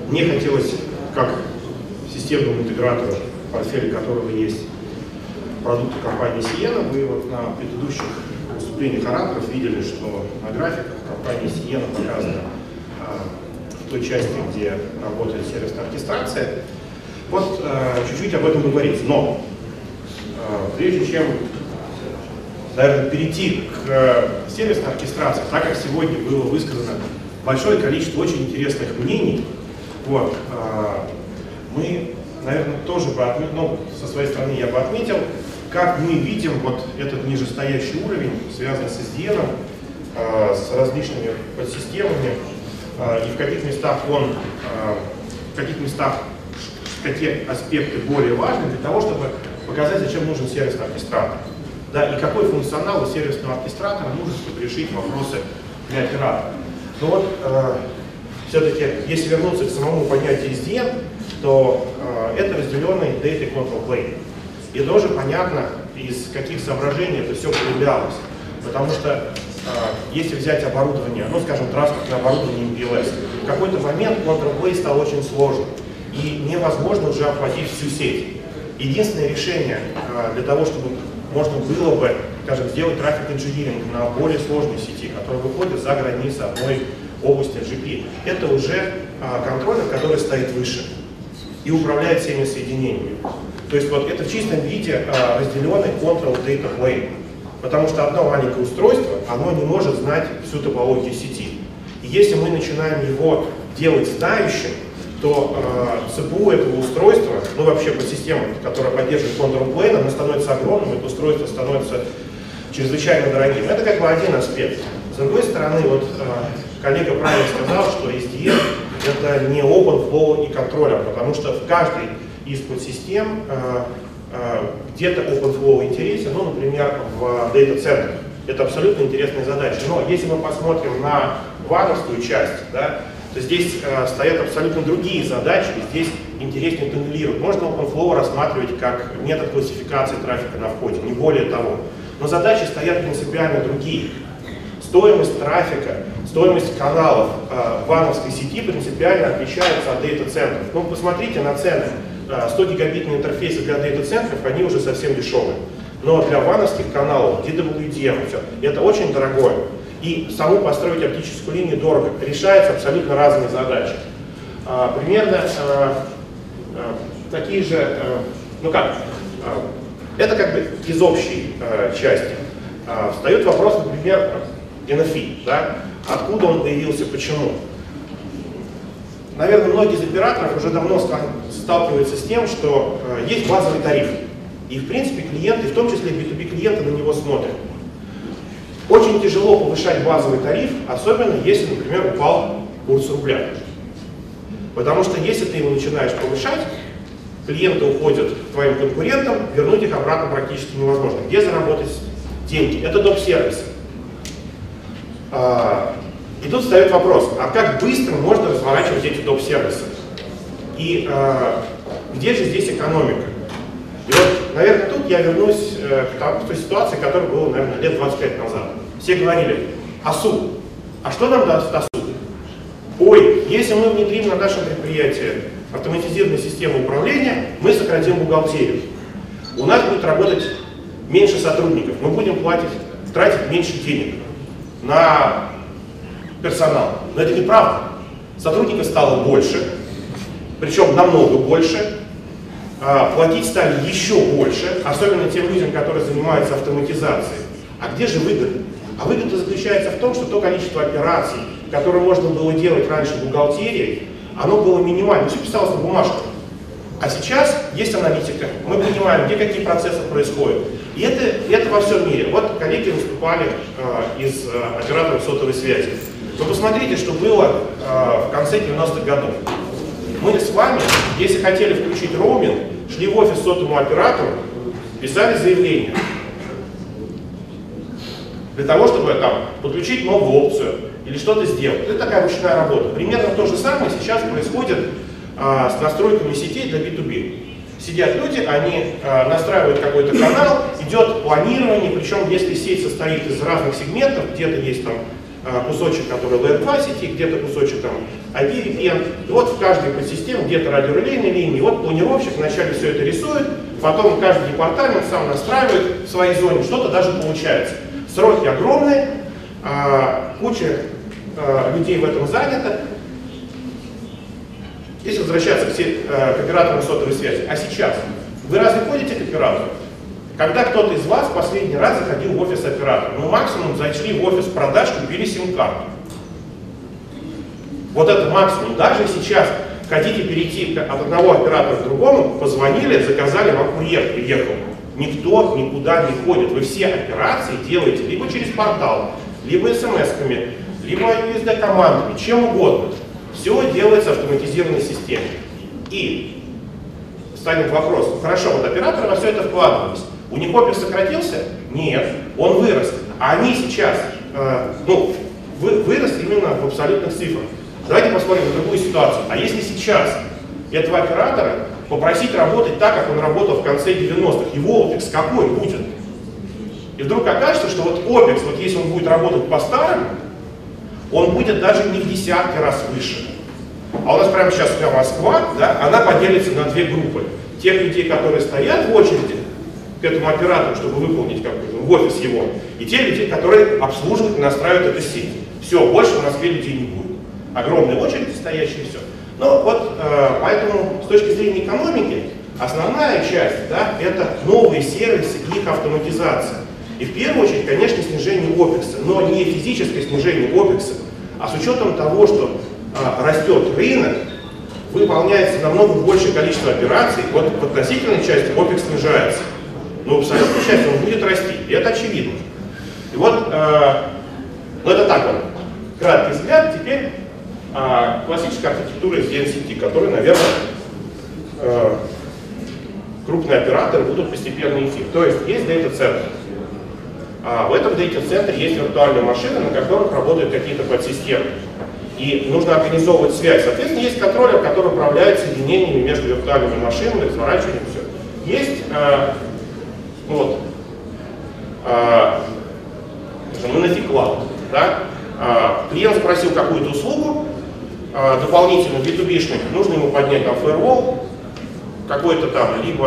Мне хотелось, как системному интегратору, в портфеле которого есть продукты компании Sienna, вы вот на предыдущих выступлениях ораторов видели, что на графиках компании Sienna показана в той части, где работает сервисная оркестрация. Вот чуть-чуть об этом говорить. Но прежде чем, наверное, перейти к сервисной оркестрации, так как сегодня было высказано большое количество очень интересных мнений, вот, мы, наверное, тоже бы со своей стороны я бы отметил, как мы видим вот этот нижестоящий уровень, связанный с SDN, с различными подсистемами, и в каких местах какие аспекты более важны для того, чтобы показать, зачем нужен сервисный оркестратор. Да, и какой функционал у сервисного оркестратора нужен, чтобы решить вопросы для оператора. Но вот все-таки, если вернуться к самому понятию SDN, то это разделенный Data Control Plane. И тоже понятно, из каких соображений это все появлялось. Потому что если взять оборудование, ну скажем, транспортное оборудование MPLS, в какой-то момент Control Plane стал очень сложным. И невозможно уже охватить всю сеть. Единственное решение для того, чтобы можно было бы, скажем, сделать трафик-инжиниринг на более сложной сети, которая выходит за границы одной области GP, это уже контроллер, который стоит выше и управляет всеми соединениями. То есть вот это в чистом виде разделенный Control Data Plane. Потому что одно маленькое устройство, оно не может знать всю топологию сети. И если мы начинаем его делать знающим, то ЦПУ этого устройства, ну вообще по системе, которая поддерживает Control Plane, оно становится огромным, это устройство становится чрезвычайно дорогим. Это как бы один аспект. С другой стороны, вот коллега правильно сказал, что SDN это не open flow и контроллер, потому что в каждой из подсистем где-то open flow интересен, ну, например, в дата-центрах. Это абсолютно интересная задача. Но если мы посмотрим на вановскую часть, да, то здесь стоят абсолютно другие задачи, и здесь интереснее туннелировать. Можно OpenFlow рассматривать как метод классификации трафика на входе, не более того. Но задачи стоят принципиально другие. Стоимость трафика, стоимость каналов вановской сети принципиально отличается от дата-центров. Ну, посмотрите на цены. 100 гигабитные интерфейсы для дата-центров, они уже совсем дешевые. Но для вановских каналов, DWDM, все, это очень дорогое. И саму построить оптическую линию дорого. Решаются абсолютно разные задачи. Примерно такие же, это как бы из общей части. Встает вопрос, например, NFI, да? Откуда он появился, почему? Наверное, многие из операторов уже давно сталкиваются с тем, что есть базовый тариф. И в принципе клиенты, в том числе B2B клиенты, на него смотрят. Очень тяжело повышать базовый тариф, особенно если, например, упал курс рубля. Потому что если ты его начинаешь повышать, клиенты уходят к твоим конкурентам, вернуть их обратно практически невозможно. Где заработать деньги? Это доп-сервисы. И тут встает вопрос, а как быстро можно разворачивать эти доп-сервисы? И где же здесь экономика? И вот, наверное, тут я вернусь к той ситуации, которая была, наверное, лет 25 назад. Все говорили, АСУ, а что нам даст АСУ? Ой, если мы внедрим на нашем предприятии автоматизированную систему управления, мы сократим бухгалтерию. У нас будет работать меньше сотрудников, мы будем тратить меньше денег на персонал. Но это неправда. Сотрудников стало больше, причем намного больше. Платить стали еще больше, особенно тем людям, которые занимаются автоматизацией. А где же выгода? А выгода заключается в том, что то количество операций, которые можно было делать раньше в бухгалтерии, оно было минимальным, все писалось на бумажках. А сейчас есть аналитика, мы понимаем, где какие процессы происходят. И это во всем мире. Вот коллеги выступали из операторов сотовой связи. Вы посмотрите, что было в конце 90-х годов. Мы с вами, если хотели включить роуминг, шли в офис сотовому оператору, писали заявление. Для того, чтобы там подключить новую опцию или что-то сделать. Это такая ручная работа. Примерно то же самое сейчас происходит с настройками сетей для B2B. Сидят люди, они настраивают какой-то канал, идет планирование, причем если сеть состоит из разных сегментов, где-то есть там кусочек, который Layer 2 сети, где-то кусочек там IP-VPN. И вот в каждой подсистеме где-то радиорелейной линии. Вот планировщик вначале все это рисует, потом каждый департамент сам настраивает в своей зоне, что-то даже получается. Сроки огромные, куча людей в этом занята. Если возвращаться к операторам сотовой связи. А сейчас? Вы разве ходите к оператору? Когда кто-то из вас в последний раз заходил в офис оператора? Ну, максимум зашли в офис продаж, купили сим-карту. Вот это максимум. Даже сейчас хотите перейти от одного оператора к другому, позвонили, заказали, вам курьер приехал. Никто никуда не ходит. Вы все операции делаете либо через портал, либо смс-ками, либо USD-командами, чем угодно. Все делается в автоматизированной системе. И станет вопрос, хорошо, вот операторы во все это вкладывались. У них опер сократился? Нет, он вырос. А они сейчас вырос именно в абсолютных цифрах. Давайте посмотрим на другую ситуацию. А если сейчас этого оператора попросить работать так, как он работал в конце 90-х, его OPEX какой будет? И вдруг окажется, что вот OPEX, вот если он будет работать по-старому, он будет даже не в десятки раз выше. А у нас прямо сейчас вся Москва, да, она поделится на две группы. Тех людей, которые стоят в очереди к этому оператору, чтобы выполнить в офис его, и те людей, которые обслуживают и настраивают эту сеть. Все, больше в Москве людей не будет. Огромные очереди стоящие, все. Ну вот, поэтому с точки зрения экономики, основная часть, да, это новые сервисы и их автоматизация. И в первую очередь, конечно, снижение OPEX, но не физическое снижение OPEX, а с учетом того, что растет рынок, выполняется намного большее количество операций, вот в относительной части OPEX снижается. Но в абсолютной части он будет расти, и это очевидно. И вот, ну это так вот, краткий взгляд. Теперь классическая архитектура SDN-сети, которую, наверное, крупные операторы будут постепенно идти. То есть есть дата-центр. В этом дата-центре есть виртуальные машины, на которых работают какие-то подсистемы. И нужно организовывать связь. Соответственно, есть контроллер, который управляет соединениями между виртуальными машинами, разворачиванием, все. Есть Monolithic Cloud. Да? Клиент спросил какую-то услугу, дополнительно B2B-шный, нужно ему поднять там firewall, какой-то там, либо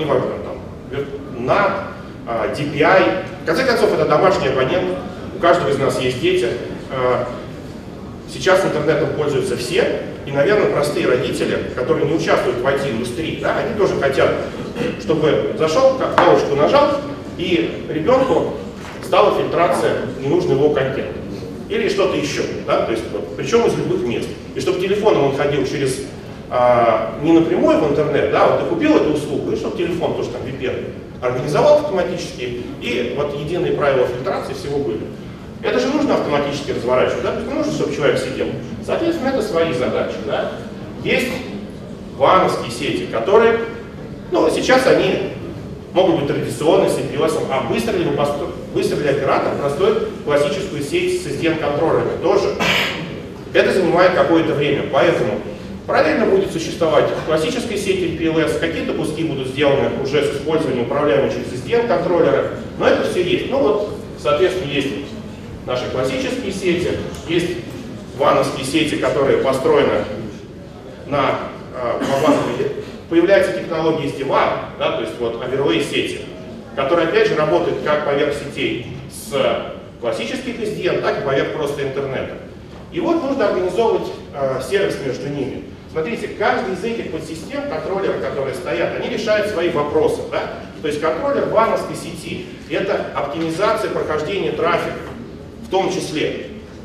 NAT, DPI. В конце концов, это домашний абонент, у каждого из нас есть дети. Сейчас интернетом пользуются все, и, наверное, простые родители, которые не участвуют в IT-индустрии, да, они тоже хотят, чтобы зашел, кнопочку нажал, и ребенку стала фильтрация ненужного его контента. Или что-то еще, да, то есть, причем из любых мест. И чтобы телефоном он ходил через, не напрямую в интернет, да, вот ты купил эту услугу, и чтобы телефон тоже там VPN организовал автоматически, и вот единые правила фильтрации всего были. Это же нужно автоматически разворачивать, да? То есть не нужно, чтобы человек сидел. Соответственно, это свои задачи, да? Есть вановские сети, которые, ну, сейчас они могут быть традиционные, с MPLS, а быстро ли оператор простой классическую сеть с SDN-контроллерами тоже. Это занимает какое-то время, поэтому параллельно будет существовать классическая сеть MPLS, какие-то куски будут сделаны уже с использованием управляемых через SDN-контроллера, но это все есть. Ну вот, соответственно, есть наши классические сети, есть вановские сети, которые построены на появляется технология SD-WAN, да, то есть вот оверлей сети, которые опять же работают как поверх сетей с классических SDN, так и поверх просто интернета. И вот нужно организовывать сервис между ними. Смотрите, каждый из этих подсистем, контроллеры, которые стоят, они решают свои вопросы. Да? То есть контроллер вановской сети — это оптимизация прохождения трафика, в том числе.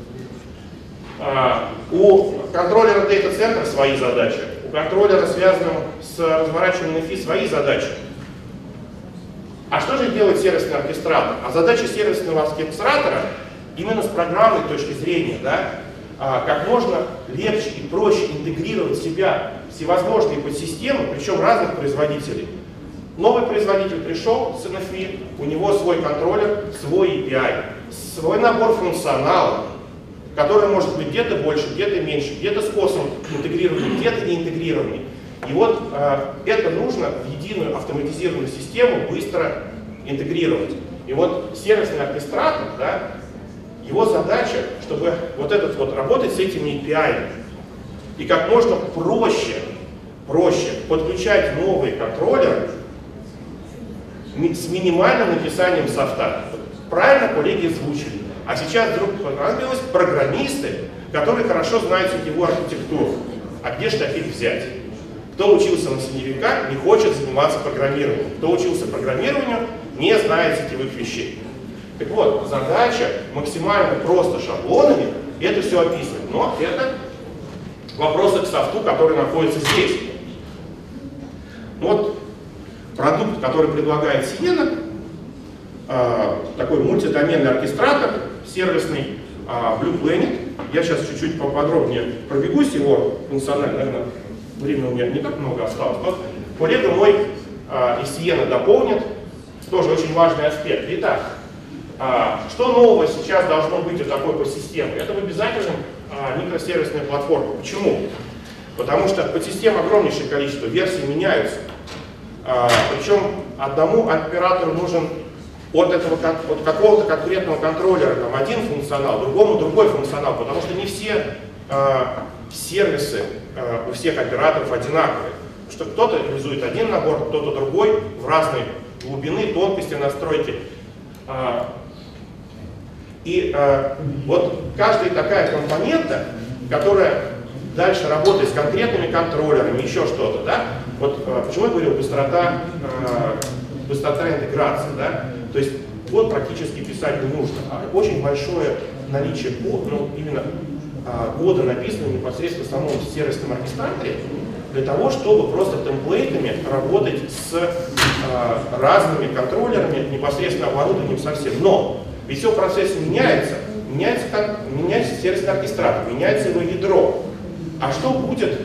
У контроллера дата-центра свои задачи, у контроллера, связанного с разворачиванием NFI, свои задачи. А что же делает сервисный оркестратор? А задача сервисного оркестратора именно с программной точки зрения, да, как можно легче и проще интегрировать в себя всевозможные подсистемы, причем разных производителей. Новый производитель пришел с NFI, у него свой контроллер, свой API, свой набор функционала, который может быть где-то больше, где-то меньше, где-то способом интегрированный, где-то не интегрированный. И вот это нужно в единую автоматизированную систему быстро интегрировать. И вот сервисный оркестратор, да, Его задача, чтобы вот этот вот работать с этими API и как можно проще подключать новые контроллеры с минимальным написанием софта. Правильно коллеги озвучили. А сейчас вдруг понадобилось программисты, которые хорошо знают сетевую архитектуру. А где же таких взять? Кто учился на сетевика, не хочет заниматься программированием. Кто учился программированию, не знает сетевых вещей. Так вот, задача максимально просто шаблонами это все описывать. Но это вопросы к софту, который находится здесь. Вот продукт, который предлагает Siena, такой мультидоменный оркестратор, сервисный Blue Planet. Я сейчас чуть-чуть поподробнее пробегусь его функционально, наверное, времени у меня не так много осталось. Но коллега мой из Siena дополнит, тоже очень важный аспект. Итак, что нового сейчас должно быть у такой подсистемы? Это в обязательном микросервисная платформа. Почему? Потому что подсистем огромнейшее количество версий меняются. Причем одному оператору нужен от какого-то конкретного контроллера там, один функционал, другому другой функционал, потому что не все сервисы у всех операторов одинаковые. Что кто-то реализует один набор, кто-то другой в разной глубины, тонкости настройки. И вот каждая такая компонента, которая дальше работает с конкретными контроллерами, еще что-то, да? Вот почему я говорил быстрота интеграции, да? То есть код практически писать не нужно, а очень большое наличие кода, ну, именно кода, написанного непосредственно в самом сервисном оркестраторе, для того, чтобы просто темплейтами работать с разными контроллерами, непосредственно оборудованием совсем. Но ведь все в процессе меняется сервисный оркестратор, меняется его ядро. А что будет,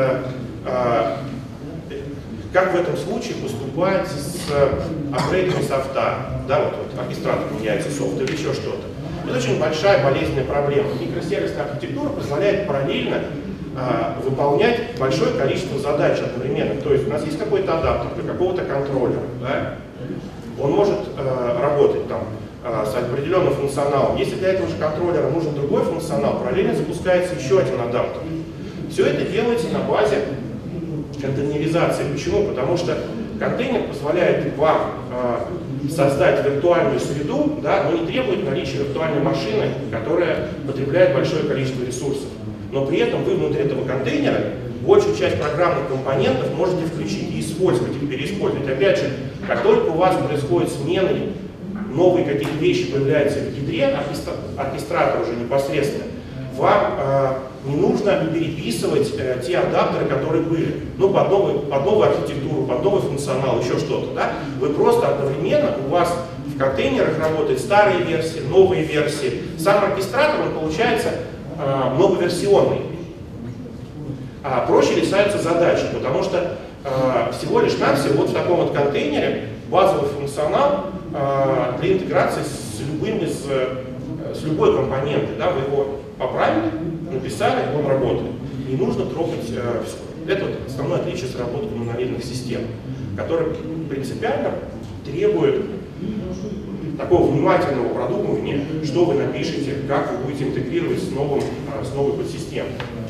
как в этом случае поступать с апгрейдами софта? Да, вот оркестратор меняется, софт или еще что-то. Это очень большая болезненная проблема. Микросервисная архитектура позволяет параллельно выполнять большое количество задач одновременно. То есть у нас есть какой-то адаптер для какого-то контроллера. Да? Он может работать там с определенным функционалом. Если для этого же контроллера нужен другой функционал, параллельно запускается еще один адаптер. Все это делается на базе контейнеризации. Почему? Потому что контейнер позволяет вам создать виртуальную среду, да, но не требует наличия виртуальной машины, которая потребляет большое количество ресурсов. Но при этом вы внутри этого контейнера большую часть программных компонентов можете включить и использовать, их переиспользовать. Опять же, как только у вас происходит смена, новые какие-то вещи появляются в ядре, оркестратор уже непосредственно, вам не нужно переписывать те адаптеры, которые были. Ну, под новую архитектуру, под новый функционал, еще что-то. Да? Вы просто одновременно, у вас в контейнерах работают старые версии, новые версии. Сам оркестратор, он получается многоверсионный. Проще решаются задачи, потому что всего лишь навсего вот в таком вот контейнере базовый функционал для интеграции с любой компонентой. Да? Вы его поправили, написали, он работает. Не нужно трогать все. Это вот основное отличие с работой монолитных систем, которые принципиально требуют такого внимательного продумывания, что вы напишете, как вы будете интегрировать с новой подсистемой.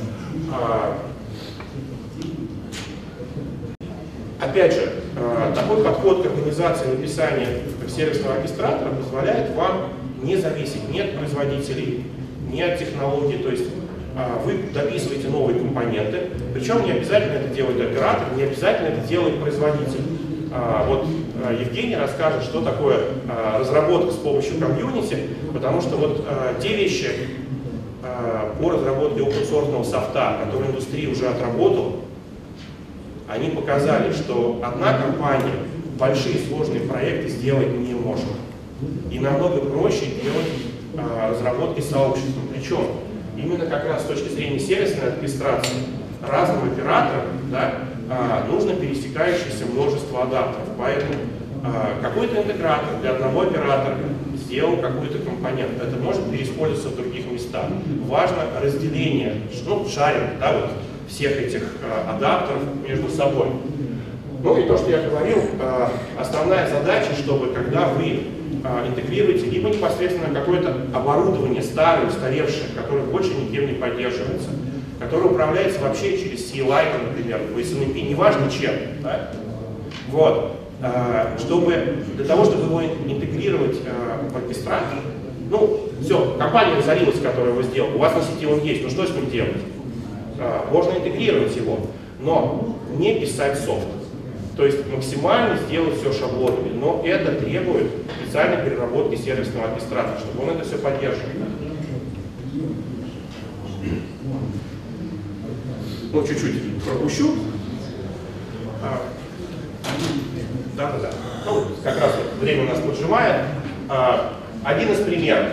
Опять же, такой подход к организации написания сервисного оркестратора позволяет вам не зависеть ни от производителей, ни от технологий. То есть вы дописываете новые компоненты, причем не обязательно это делает оператор, не обязательно это делает производитель. Вот Евгений расскажет, что такое разработка с помощью комьюнити, потому что вот те вещи по разработке open-source софта, которые индустрия уже отработала, они показали, что одна компания большие сложные проекты сделать не может. И намного проще делать разработки сообществом. Причем именно как раз с точки зрения сервисной оркестрации разным операторам, да, нужно пересекающееся множество адаптеров. Поэтому какой-то интегратор для одного оператора сделал какой-то компонент. Это может переиспользоваться в других местах. Важно разделение, шаринг, да, вот, всех этих адаптеров между собой. Ну и то, что я говорил, основная задача, чтобы когда вы интегрируете либо непосредственно какое-то оборудование старое, устаревшее, которое больше никем не поддерживается, которое управляется вообще через CLI, например, по SNMP, неважно чем, да? Вот. Чтобы для того, чтобы его интегрировать в оркестратор, ну, все, компания разорилась, которую вы сделали, у вас на сети он есть, ну что с ним делать? Можно интегрировать его, но не писать софт. То есть максимально сделать все шаблонами, но это требует специальной переработки сервисного оркестратора, чтобы он это все поддерживал. Ну, чуть-чуть пропущу. Да-да-да. Ну, как раз вот время у нас поджимает. Один из примеров.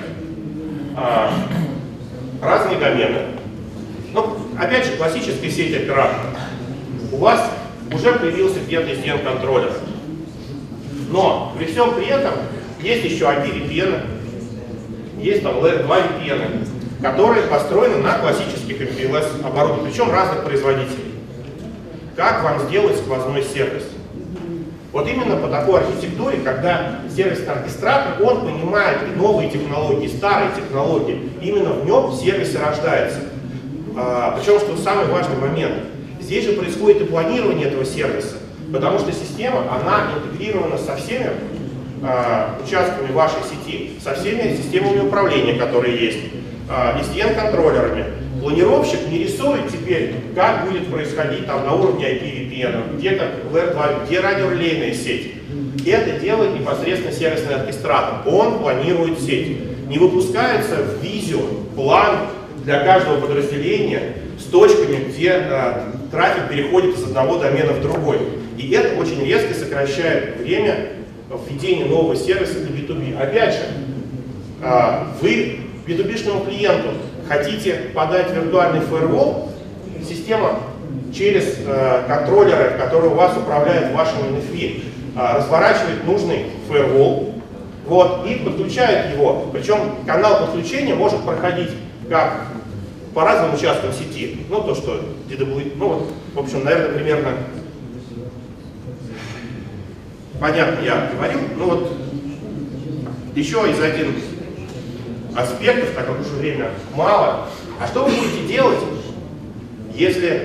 Разные домены. Ну, опять же, классическая сеть операторов. У вас уже появился где-то SDN-контроллер. Но при всем при этом есть еще API VPN, есть там Layer 2 VPN, которые построены на классических MPLS оборудованиях, причем разных производителей. Как вам сделать сквозной сервис? Вот именно по такой архитектуре, когда сервисный оркестратор, он понимает и новые технологии, и старые технологии, именно в нем сервис рождается. Причем, что самый важный момент, здесь же происходит и планирование этого сервиса, потому что система, она интегрирована со всеми участками вашей сети, со всеми системами управления, которые есть, SDN-контроллерами. Планировщик не рисует теперь, как будет происходить там на уровне IP VPN, где как Layer 2, где радиорелейная сеть. Это делает непосредственно сервисный оркестратор. Он планирует сеть. Не выпускается в Visio план для каждого подразделения с точками, где трафик переходит из одного домена в другой. И это очень резко сокращает время введения нового сервиса для B2B. Опять же, вы B2B-шному клиенту хотите подать виртуальный фаервол, система через контроллеры, которые у вас управляют вашим NFV, разворачивает нужный фаервол, вот, и подключает его. Причем канал подключения может проходить как по разным участкам сети. Ну, то, что DW, ну, вот, в общем, наверное, примерно понятно я говорил. Ну, вот, еще из один аспектов, так как уже время мало. А что вы будете делать, если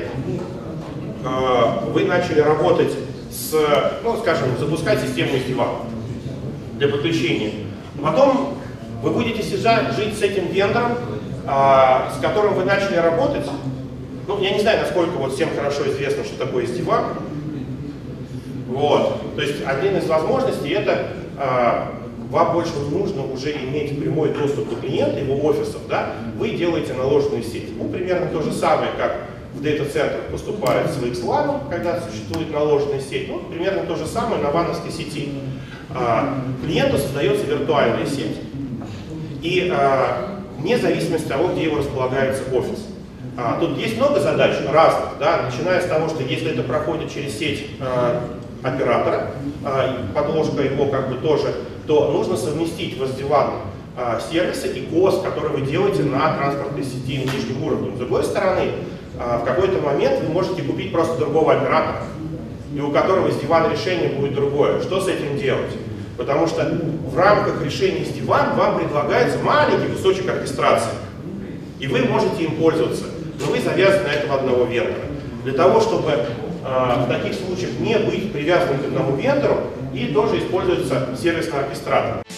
вы начали работать с, ну, скажем, запускать систему SDWAN для подключения? Потом вы будете жить с этим вендором, с которым вы начали работать. Ну, я не знаю, насколько вот всем хорошо известно, что такое SDWAN. Вот. То есть один из возможностей это вам больше не нужно уже иметь прямой доступ до клиента, его офисов, да? Вы делаете наложенную сеть. Ну, примерно то же самое, как в дата-центрах поступает с VXLAN, когда существует наложенная сеть. Ну, примерно то же самое на вановской сети. Клиенту создается виртуальная сеть. И вне зависимости от того, где его располагается офис. Тут есть много задач разных, да? Начиная с того, что если это проходит через сеть оператора, подложка его как бы тоже, то нужно совместить в SD-WAN сервисы и КОС, который вы делаете на транспортной сети нижним уровнем. С другой стороны, в какой-то момент вы можете купить просто другого оператора, и у которого SD-WAN решение будет другое. Что с этим делать? Потому что в рамках решения SD-WAN вам предлагается маленький кусочек оркестрации, и вы можете им пользоваться, но вы завязаны на этого одного вендора. Для того, чтобы в таких случаях не быть привязанным к одному вендору, и тоже используется сервисный оркестратор.